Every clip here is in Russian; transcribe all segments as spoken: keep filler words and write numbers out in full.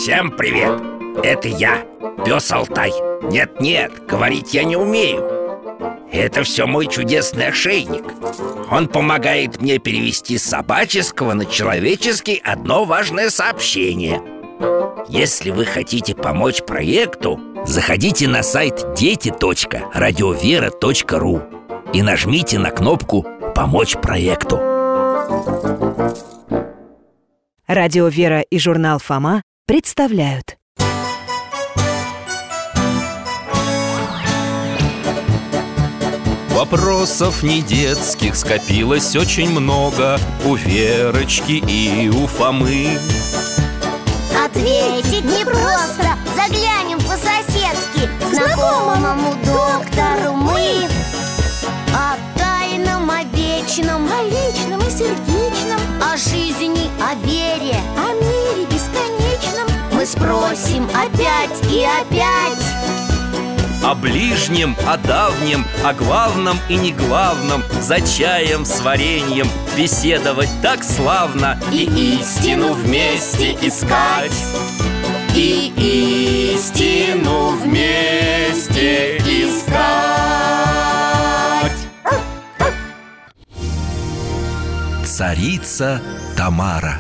Всем привет! Это я, пес Алтай. Нет-нет, говорить я не умею. Это все мой чудесный ошейник. Он помогает мне перевести с собаческого на человеческий одно важное сообщение. Если вы хотите помочь проекту, заходите на сайт дети точка радиовера точка ру и нажмите на кнопку «Помочь проекту». Радио «Вера» и журнал «Фома» представляют. Вопросов не детских скопилось очень много у Верочки и у Фомы. Ответить непросто, заглянем по-соседски знакомому доктору мы. О тайном, о вечном, о личном и сердечном, о жизни, о вере, о мире бесконечном мы спросим опять и опять. О ближнем, о давнем, о главном и неглавном, за чаем с вареньем беседовать так славно. И истину вместе искать, и истину вместе искать. Царица Тамара.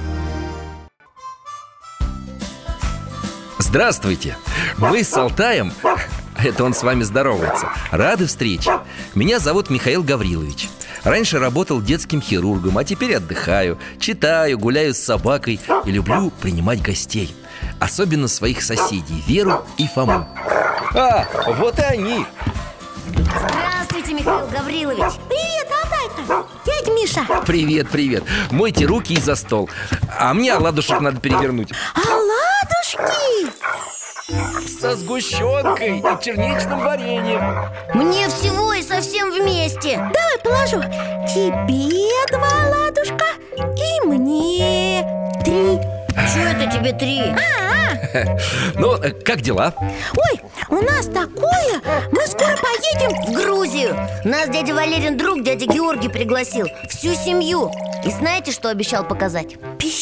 Здравствуйте! Мы с Алтаем, это он с вами здоровается, рады встрече. Меня зовут Михаил Гаврилович. Раньше работал детским хирургом, а теперь отдыхаю, читаю, гуляю с собакой и люблю принимать гостей. Особенно своих соседей, Веру и Фому. А, вот и они! Здравствуйте, Михаил Гаврилович. Привет, Алтай-то! Дядь Миша! Привет, привет! Мойте руки и за стол. А мне оладушек надо перевернуть. Оладушки! Со сгущенкой и черничным вареньем. Мне всего и совсем вместе. Давай положу. Тебе два оладушка и мне три. Чего это тебе три? А-а. Ну, как дела? Ой, у нас такое. Мы скоро поедем в Грузию. Нас дядя Валерин друг, дядя Георгий, пригласил. Всю семью. И знаете, что обещал показать?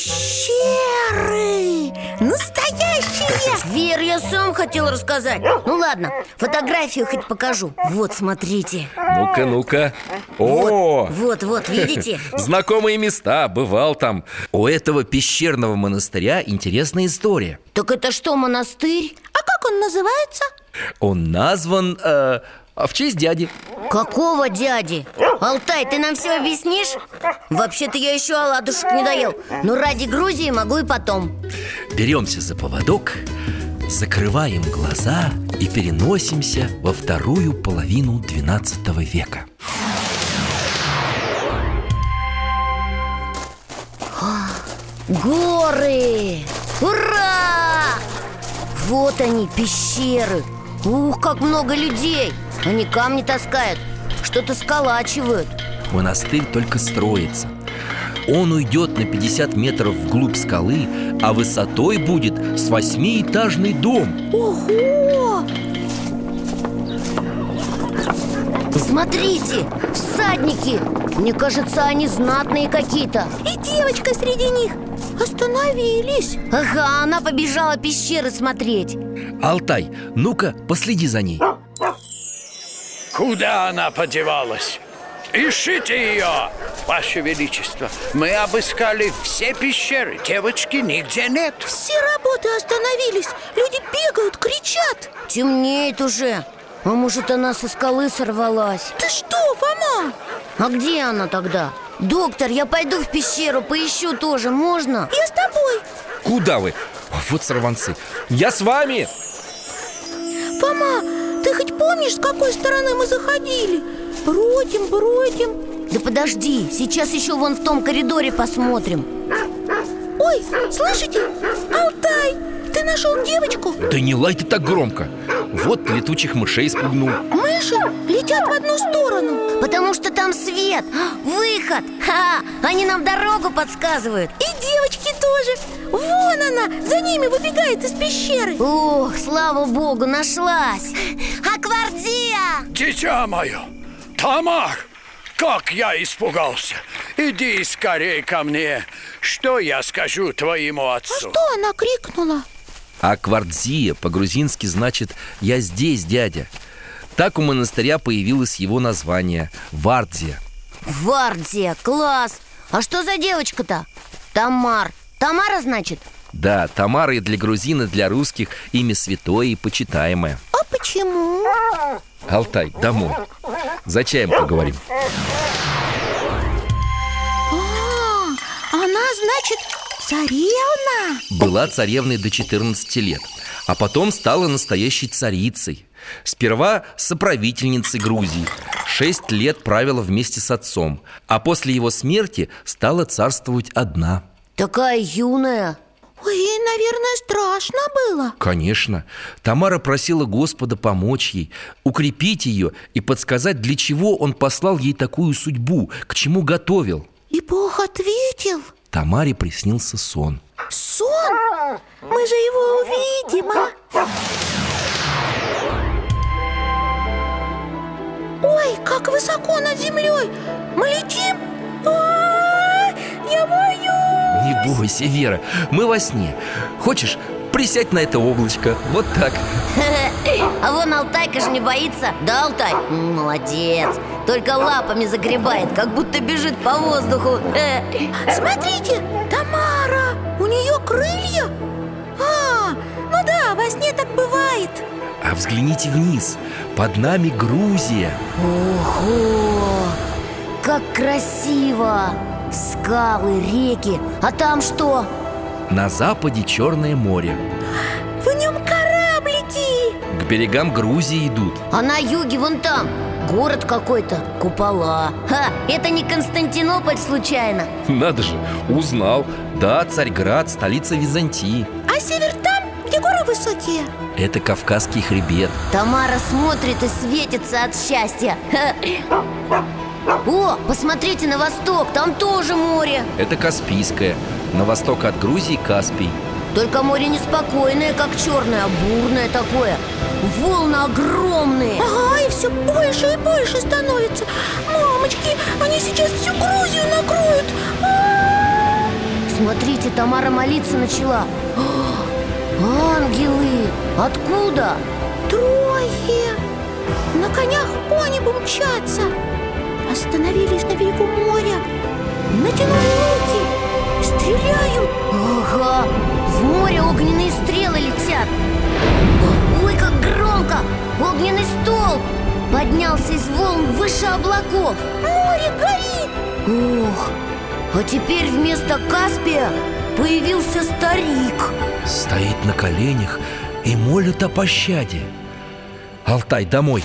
Пещеры! Настоящие! Вер, я сам хотел рассказать. Ну ладно, фотографию хоть покажу. Вот, смотрите. Ну-ка, ну-ка. О! Вот, вот, видите? Знакомые места, бывал там. У этого пещерного монастыря интересная история. Так это что, монастырь? А как он называется? Он назван э, в честь дяди. Какого дяди? Алтай, ты нам все объяснишь? Вообще-то я еще оладушек не доел. Но ради Грузии могу и потом. Беремся за поводок, закрываем глаза и переносимся во вторую половину двенадцатого века. Горы! Ура! Вот они, пещеры. Ух, как много людей. Они камни таскают, что-то сколачивают. Монастырь только строится. Он уйдет на пятьдесят метров вглубь скалы, а высотой будет с восьмиэтажный дом. Ого! Смотрите, всадники. Мне кажется, они знатные какие-то. И девочка среди них. Остановились. Ага, она побежала пещеры смотреть. Алтай, ну-ка, последи за ней. Куда она подевалась? Ищите ее, Ваше Величество. Мы обыскали все пещеры, девочки нигде нет. Все работы остановились. Люди бегают, кричат. Темнеет уже. А может, она со скалы сорвалась? Ты что, Фома? А где она тогда? Доктор, я пойду в пещеру, поищу тоже, можно? Я с тобой. Куда вы? Вот сорванцы. Я с вами. Фома, ты хоть помнишь, с какой стороны мы заходили? Бродим, бродим. Да подожди, сейчас еще вон в том коридоре посмотрим. Ой, слышите? Алтай, ты нашел девочку? Да не лай ты так громко. Вот летучих мышей спугнул. Мыши летят в одну сторону. Потому что там свет, выход. Ха, они нам дорогу подсказывают. И девочки тоже. Вон она, за ними выбегает из пещеры. Ох, слава богу, нашлась. Аквардия! Дитя мое, Тамар, как я испугался. Иди скорей ко мне. Что я скажу твоему отцу? А что она крикнула? А Квардзия по-грузински значит «я здесь, дядя». Так у монастыря появилось его название – Вардзия. Вардзия, класс! А что за девочка-то? Тамар. Тамара, значит? Да, Тамара и для грузин, и для русских имя святое и почитаемое. А почему? Алтай, домой. За чаем поговорим. А, она, значит, царевна? Была царевной до четырнадцати лет, а потом стала настоящей царицей. Сперва соправительницей Грузии. Шесть лет правила вместе с отцом, а после его смерти стала царствовать одна. Такая юная. Ой, ей, наверное, страшно было. Конечно. Тамара просила Господа помочь ей, укрепить ее и подсказать, для чего он послал ей такую судьбу, к чему готовил. И Бог ответил. Тамаре приснился сон. Сон? Мы же его увидим, а? Ой, как высоко над землей! Мы летим? А-а-а, я боюсь! Не бойся, Вера, мы во сне. Хочешь, присядь на это облачко, вот так. А вон Алтайка же не боится. Да, Алтай? Молодец. Только лапами загребает, как будто бежит по воздуху. Смотрите, Тамара! У нее крылья? А, ну да, во сне так бывает. А взгляните вниз, под нами Грузия. Ого! Как красиво! Скалы, реки. А там что? На западе Черное море. В нем кораблики. К берегам Грузии идут. А на юге вон там город какой-то, купола. Ха, это не Константинополь случайно? Надо же, узнал. Да, Царьград, столица Византии. А север там, где горы высокие? Это Кавказский хребет. Тамара смотрит и светится от счастья. Ха. О, посмотрите на восток, там тоже море. Это Каспийское. На восток от Грузии Каспий. Только море неспокойное, как черное, а бурное такое. Волны огромные. Ага, и все больше и больше становится. Мамочки, они сейчас всю Грузию накроют. А-а-а! Смотрите, Тамара молиться начала. О, ангелы! Откуда? Трое. На конях по небу мчатся. Остановились на берегу моря. Натянули луки. Стреляют. Ага, в море огненные стрелы летят. Ой, как громко! Огненный столб поднялся из волн выше облаков. Море горит. Ох, а теперь вместо Каспия появился старик. Стоит на коленях и молит о пощаде. Алтай, домой.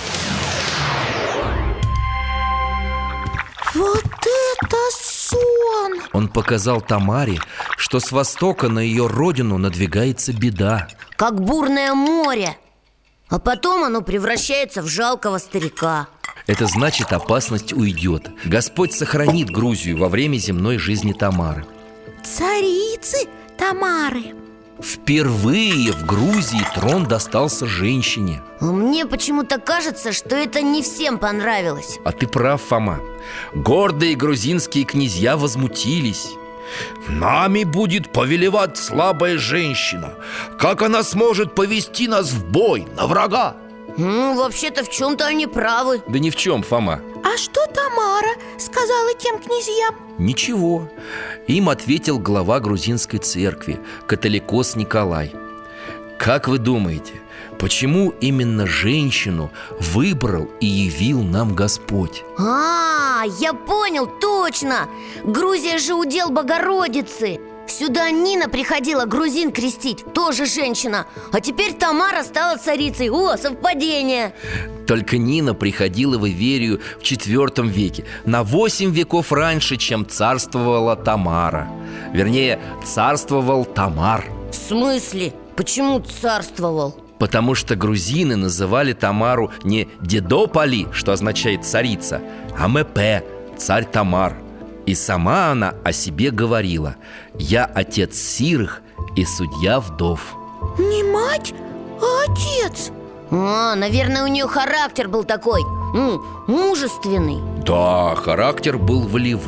Вот это сон! Он показал Тамаре, что с востока на ее родину надвигается беда. Как бурное море. А потом оно превращается в жалкого старика. Это значит, опасность уйдет. Господь сохранит Грузию во время земной жизни Тамары. Царицы Тамары. Впервые в Грузии трон достался женщине. Мне почему-то кажется, что это не всем понравилось. А ты прав, Фома. Гордые грузинские князья возмутились. Нами будет повелевать слабая женщина. Как она сможет повести нас в бой, на врага? Ну, вообще-то в чем-то они правы. Да ни в чем, Фома. А что Тамара сказала тем князьям? Ничего. Им ответил глава грузинской церкви, католикос Николай. Как вы думаете, почему именно женщину выбрал и явил нам Господь? А, я понял, точно! Грузия же удел Богородицы. Сюда Нина приходила грузин крестить, тоже женщина. А теперь Тамара стала царицей. О, совпадение! Только Нина приходила в Иверию в четвертом веке, на восемь веков раньше, чем царствовала Тамара. Вернее, царствовал Тамар. В смысле? Почему царствовал? Потому что грузины называли Тамару не Дедополи, что означает царица, а Мепе, царь Тамар. И сама она о себе говорила: «Я отец сирых и судья вдов». Не мать, а отец. А, наверное, у нее характер был такой, м, мужественный. Да, характер был волевой.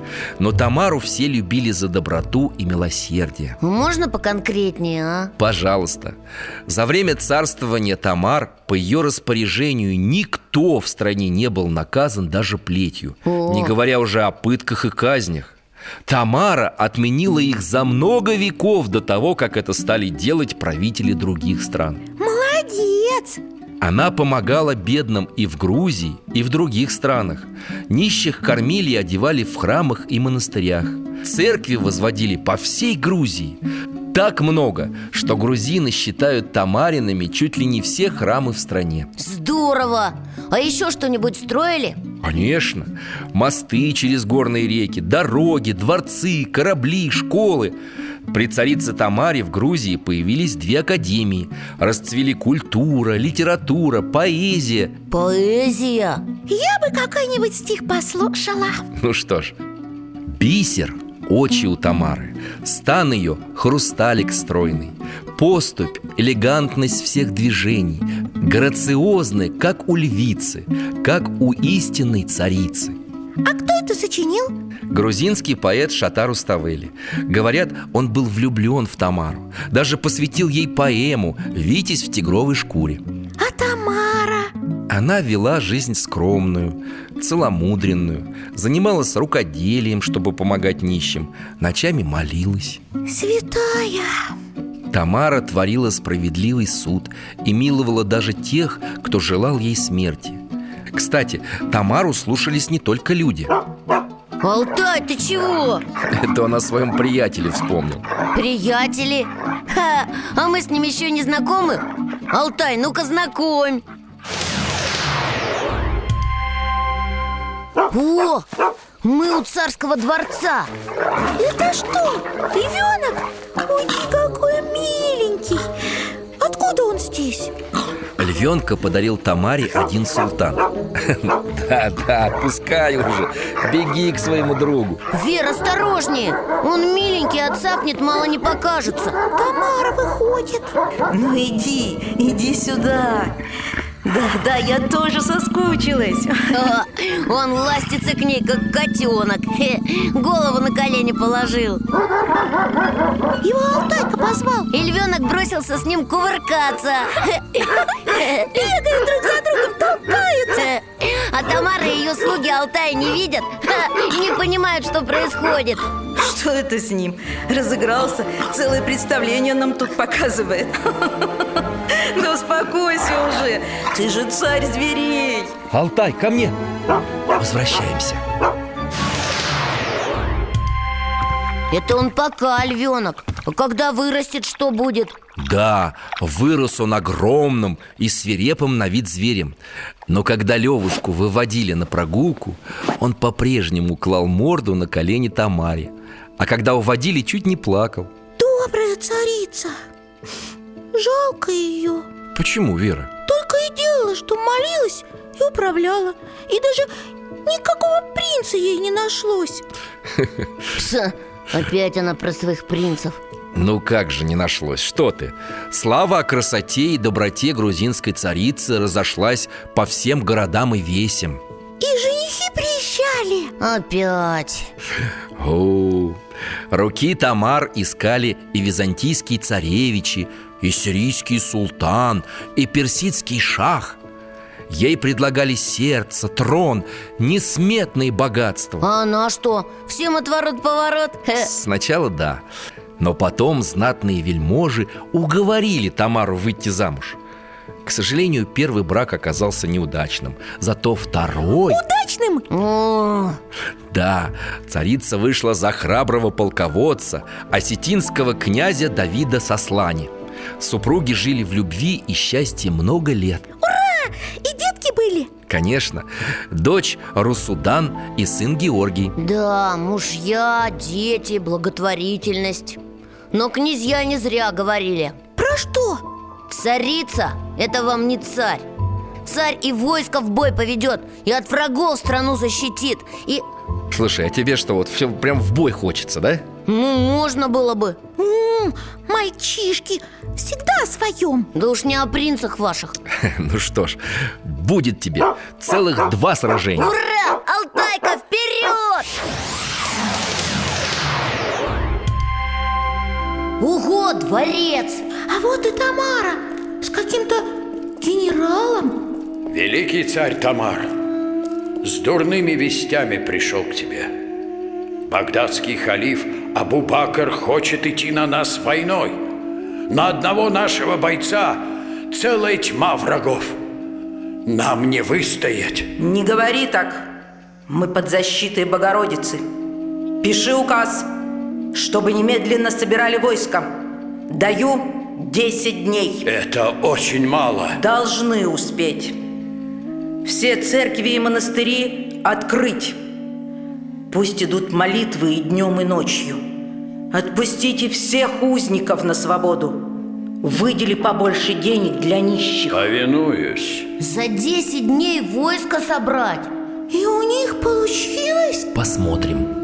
Но Тамару все любили за доброту и милосердие. Можно поконкретнее, а? Пожалуйста. За время царствования Тамар по ее распоряжению никто в стране не был наказан даже плетью. О. Не говоря уже о пытках и казнях. Тамара отменила их за много веков до того, как это стали делать правители других стран. Молодец! Она помогала бедным и в Грузии, и в других странах. Нищих кормили и одевали в храмах и монастырях. Церкви возводили по всей Грузии. Так много, что грузины считают тамаринами чуть ли не все храмы в стране. Здорово! А еще что-нибудь строили? Конечно. Мосты через горные реки, дороги, дворцы, корабли, школы. При царице Тамаре в Грузии появились две академии. Расцвели культура, литература, поэзия. Поэзия? Я бы какой-нибудь стих послушала. Ну что ж, бисер – очи у Тамары, стан ее – хрусталик стройный, поступь – элегантность всех движений, грациозны, как у львицы, как у истинной царицы. А кто это сочинил? Грузинский поэт Шатар Руставели. Говорят, он был влюблен в Тамару. Даже посвятил ей поэму «Витязь в тигровой шкуре». А Тамара? Она вела жизнь скромную, целомудренную, занималась рукоделием, чтобы помогать нищим, ночами молилась. Святая! Тамара творила справедливый суд и миловала даже тех, кто желал ей смерти. Кстати, Тамару слушались не только люди. Алтай, ты чего? Это он о своем приятеле вспомнил. Приятели? Ха, а мы с ним еще не знакомы? Алтай, ну-ка знакомь. О, мы у царского дворца. Это что, львенок? Ой, какой миленький. Откуда он здесь? Львенка подарил Тамаре один султан. Да-да, отпускай уже. Беги к своему другу. Вера, осторожнее. Он миленький, отцапнет, мало не покажется. Тамара выходит. Ну иди, иди сюда. Да-да, я тоже соскучилась. А, он ластится к ней, как котенок. Хе, голову на колени положил. Его Алтайка позвал. И львенок бросился с ним кувыркаться. Бегают друг за другом, толкаются. А Тамара и ее слуги Алтая не видят и не понимают, что происходит. Что это с ним? Разыгрался, целое представление нам тут показывает. Да успокойся уже, ты же царь зверей. Алтай, ко мне. Возвращаемся. Это он пока, львенок. А когда вырастет, что будет? Да, вырос он огромным и свирепым на вид зверем. Но когда Левушку выводили на прогулку, он по-прежнему клал морду на колени Тамаре. А когда уводили, чуть не плакал. Добрая царица. Жалко ее. Почему, Вера? Только и делала, что молилась и управляла. И даже никакого принца ей не нашлось. Пс, опять она про своих принцев. Ну как же не нашлось, что ты? Слава о красоте и доброте грузинской царицы разошлась по всем городам и весям. И женихи приезжали. Опять. О, руки Тамар искали и византийские царевичи, и сирийский султан, и персидский шах. Ей предлагали сердце, трон, несметные богатства. А она что, всем отворот-поворот? Сначала да, но потом знатные вельможи уговорили Тамару выйти замуж. К сожалению, первый брак оказался неудачным, зато второй... Удачным? О, Да, царица вышла за храброго полководца, осетинского князя Давида Сослани. Супруги жили в любви и счастье много лет. И детки были? Конечно, дочь Русудан и сын Георгий. да, мужья, дети, благотворительность. Но князья не зря говорили. Про что? Царица – это вам не царь. Царь и войско в бой поведет, и от врагов страну защитит, и... Слушай, а тебе что, вот все прям в бой хочется, да? Ну, можно было бы. М-м, мальчишки, всегда о своем. Да уж не о принцах ваших. Ну что ж, будет тебе целых два сражения. Ура! Алтайка, вперед! Ого, дворец! А вот и Тамара с каким-то генералом. Великий царь Тамар с дурными вестями пришел к тебе. Багдадский халиф Абу-Бакр хочет идти на нас войной. На одного нашего бойца целая тьма врагов. Нам не выстоять. Не говори так. Мы под защитой Богородицы. Пиши указ, чтобы немедленно собирали войско. Даю десять дней. Это очень мало. Должны успеть. Все церкви и монастыри открыть. Пусть идут молитвы и днем, и ночью. Отпустите всех узников на свободу. Выдели побольше денег для нищих. Повинуюсь. За десять дней войско собрать. И у них получилось? Посмотрим.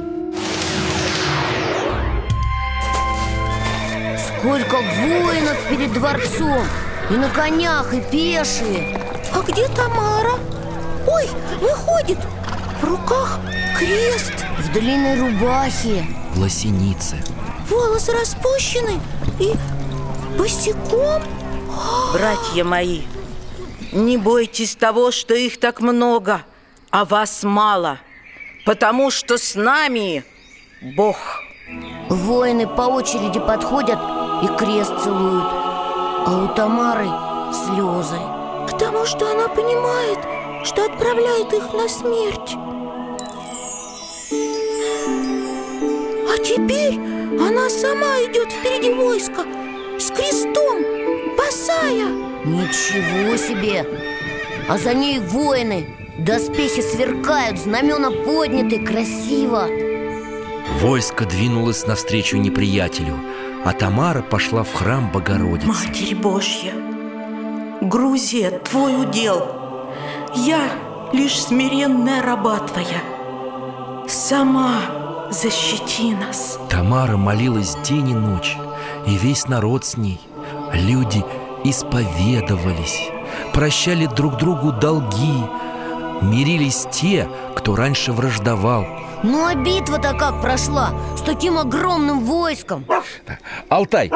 Сколько воинов перед дворцом. И на конях, и пешие. А где Тамара? Ой, выходит. В руках крест. В длинной рубахе. В лосинице. Волосы распущены и босиком. Братья мои, не бойтесь того, что их так много, а вас мало, потому что с нами Бог. Воины по очереди подходят и крест целуют. А у Тамары слезы. Потому что она понимает, что отправляет их на смерть. А теперь она сама идет впереди войска с крестом, босая. Ничего себе! А за ней воины. Доспехи сверкают, знамена подняты, красиво. Войско двинулось навстречу неприятелю, а Тамара пошла в храм Богородицы. Матерь Божья, Грузия, твой удел. Я лишь смиренная раба твоя. Сама защити нас. Тамара молилась день и ночь, и весь народ с ней. Люди исповедовались, прощали друг другу долги, мирились те, кто раньше враждовал. Ну а битва-то как прошла? С таким огромным войском. Алтай!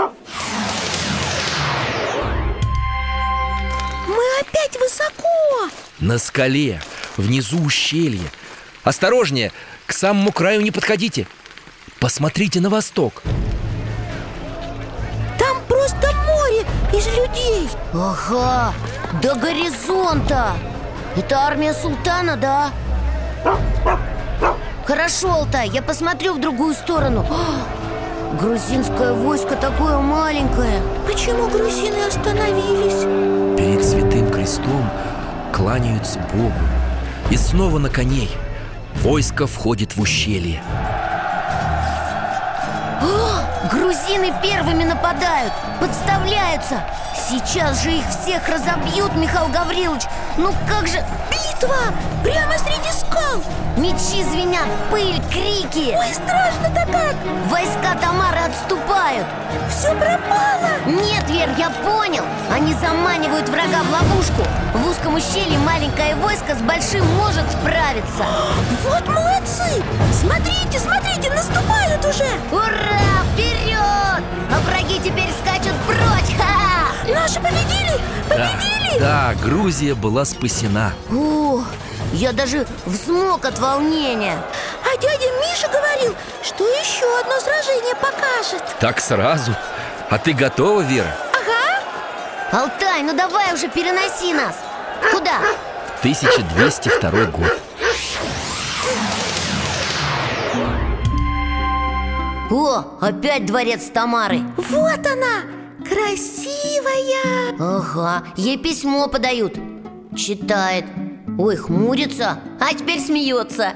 Мы опять высоко. На скале, внизу ущелье. Осторожнее, к самому краю не подходите. Посмотрите на восток. Там просто море из людей. Ага, до горизонта. Это армия султана, да? Хорошо, Алтай, я посмотрю в другую сторону. О, грузинское войско такое маленькое. Почему грузины остановились? Перед святым крестом кланяются Богу. И снова на коней. Войско входит в ущелье. О, грузины первыми нападают, подставляются. Сейчас же их всех разобьют, Михаил Гаврилович. Ну как же... Битва! Прямо среди скал! Мечи звенят, пыль, крики. Ой, страшно-то как! Войска Тамары отступают. Все пропало! Нет, Вер, я понял. Они заманивают врага в ловушку. В узком ущелье маленькое войско с большим может справиться. Вот молодцы! Смотрите, смотрите, наступают уже! Ура! Вперед! А враги теперь скачут прочь! Ха-ха! Наши победили! Победили! Да, да, Грузия была спасена. О, я даже взмок от волнения. А дядя Миша говорил, что еще одно сражение покажет. Так сразу? А ты готова, Вера? Алтай, ну давай уже переноси нас. Куда? тысяча двести второй год. О, опять дворец Тамары. Вот она, красивая. Ага, ей письмо подают. Читает. Ой, хмурится, а теперь смеется.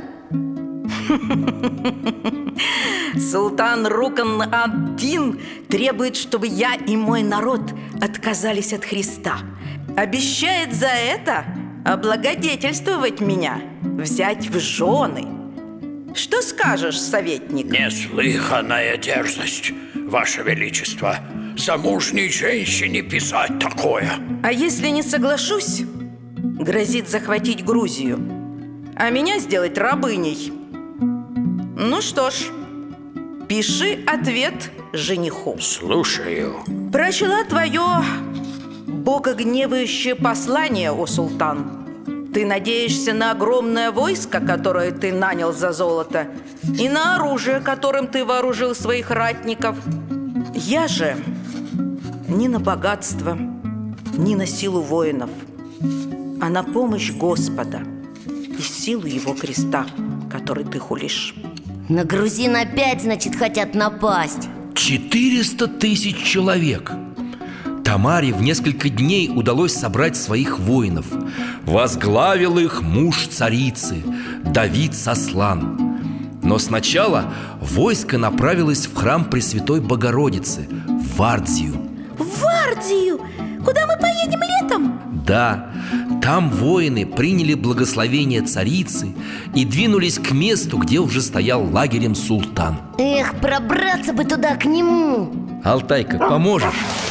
Султан Рукн-ад-Дин требует, чтобы я и мой народ отказались от Христа. Обещает за это облагодетельствовать меня, взять в жены. Что скажешь, советник? Неслыханная дерзость, Ваше Величество. Замужней женщине писать такое. А если не соглашусь, грозит захватить Грузию, а меня сделать рабыней. Ну что ж, Пиши ответ жениху. Слушаю. Прочла твое богогневающее послание, о султан. Ты надеешься на огромное войско, которое ты нанял за золото, и на оружие, которым ты вооружил своих ратников. Я же ни на богатство, ни на силу воинов, а на помощь Господа и силу Его креста, который ты хулишь. На грузин опять, значит, хотят напасть. Четыреста тысяч человек. Тамаре в несколько дней удалось собрать своих воинов. Возглавил их муж царицы, Давид Сослан. Но сначала войско направилось в храм Пресвятой Богородицы, в Вардзию. В Вардзию? Куда мы поедем летом? Да, там воины приняли благословение царицы и двинулись к месту, где уже стоял лагерем султан. Эх, пробраться бы туда, к нему. Алтайка, поможешь?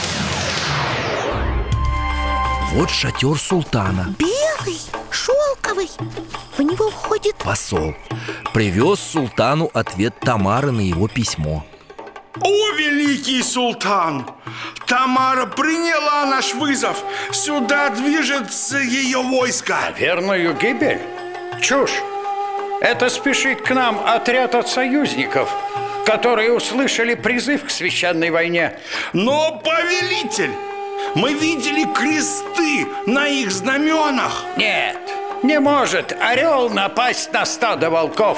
Вот шатер султана. Белый, шелковый. В него входит Посол привез султану ответ Тамары на его письмо. О, великий султан! Тамара приняла наш вызов. Сюда движется ее войско. Верную гибель? Чушь! Это спешит к нам отряд от союзников, которые услышали призыв к священной войне. Но, повелитель, мы видели кресты на их знаменах. Нет, не может орел напасть на стадо волков.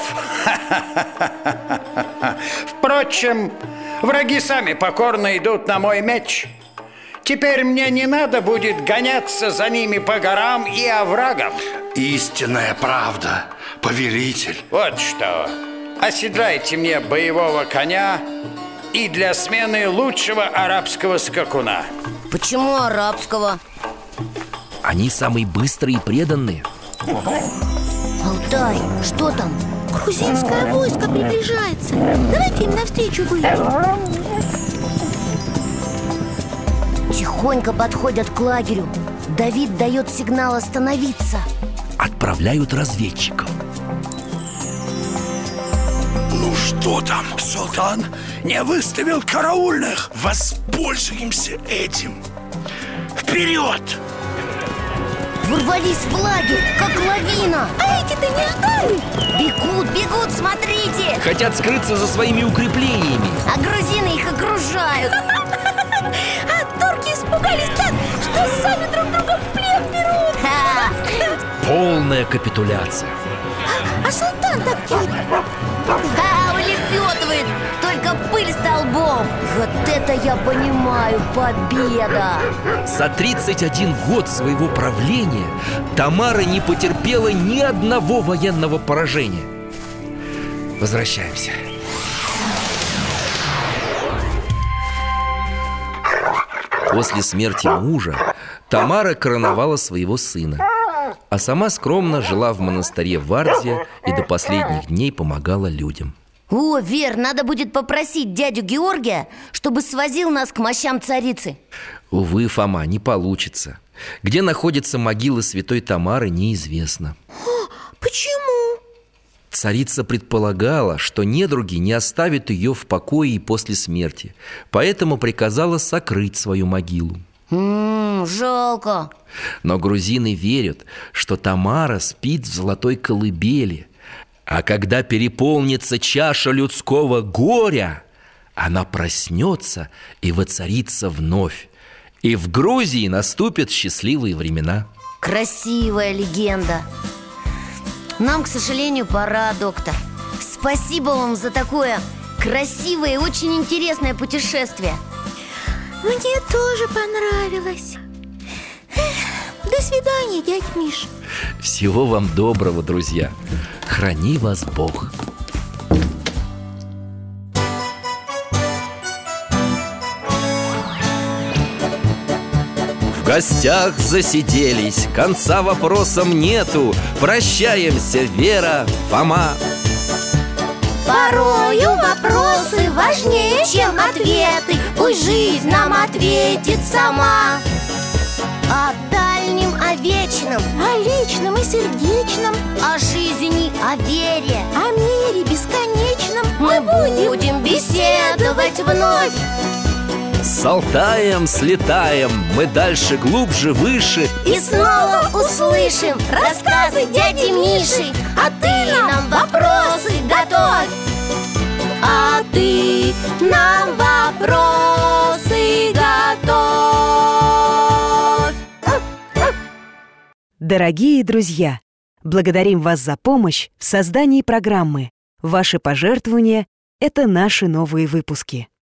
Впрочем, враги сами покорно идут на мой меч. Теперь мне не надо будет гоняться за ними по горам и оврагам. Истинная правда, повелитель. Вот что, оседлайте мне боевого коня и для смены лучшего арабского скакуна. Почему арабского? Они самые быстрые и преданные. Алтай, что там? грузинское войско приближается. Давайте им навстречу выйдем. Тихонько подходят к лагерю. Давид дает сигнал остановиться. Отправляют разведчиков. Ну что там? Султан не выставил караульных. Воспользуемся этим. Вперед! Ворвались в лагерь, как лавина. А эти-то не ждали. Бегут, бегут, смотрите. Хотят скрыться за своими укреплениями. А грузины их окружают. А турки испугались так, что сами друг друга в плен берут. Ха! Полная капитуляция. А султан так делает. А, улепетывает, только пыль столбом. Вот это я понимаю, победа. За тридцать один год своего правления Тамара не потерпела ни одного военного поражения. Возвращаемся. После смерти мужа Тамара короновала своего сына, а сама скромно жила в монастыре в Вардзе и до последних дней помогала людям. О, Вер, надо будет попросить дядю Георгия, чтобы свозил нас к мощам царицы. Увы, Фома, не получится. Где находится могила святой Тамары, неизвестно. О, почему? Царица предполагала, что недруги не оставят ее в покое и после смерти, поэтому приказала сокрыть свою могилу. Ммм, жалко. Но грузины верят, что Тамара спит в золотой колыбели, а когда переполнится чаша людского горя, она проснется и воцарится вновь. И в Грузии наступят счастливые времена. Красивая легенда. Нам, к сожалению, пора, доктор. Спасибо вам за такое красивое и очень интересное путешествие. Мне тоже понравилось. До свидания, дядь Миш. Всего вам доброго, друзья. Храни вас Бог. В гостях засиделись, конца вопросам нету. Прощаемся, Вера, Фома. Порою вопросы важнее, чем ответы. Пусть жизнь нам ответит сама. О дальнем, о вечном, о личном и сердечном, о жизни, о вере. о мире бесконечном Мы будем беседовать вновь. С Алтаем слетаем, мы дальше, глубже, выше. И снова услышим рассказы дяди Миши. А ты нам вопросы готовь. А ты нам вопросы готовь. Дорогие друзья, благодарим вас за помощь в создании программы. Ваши пожертвования – это наши новые выпуски.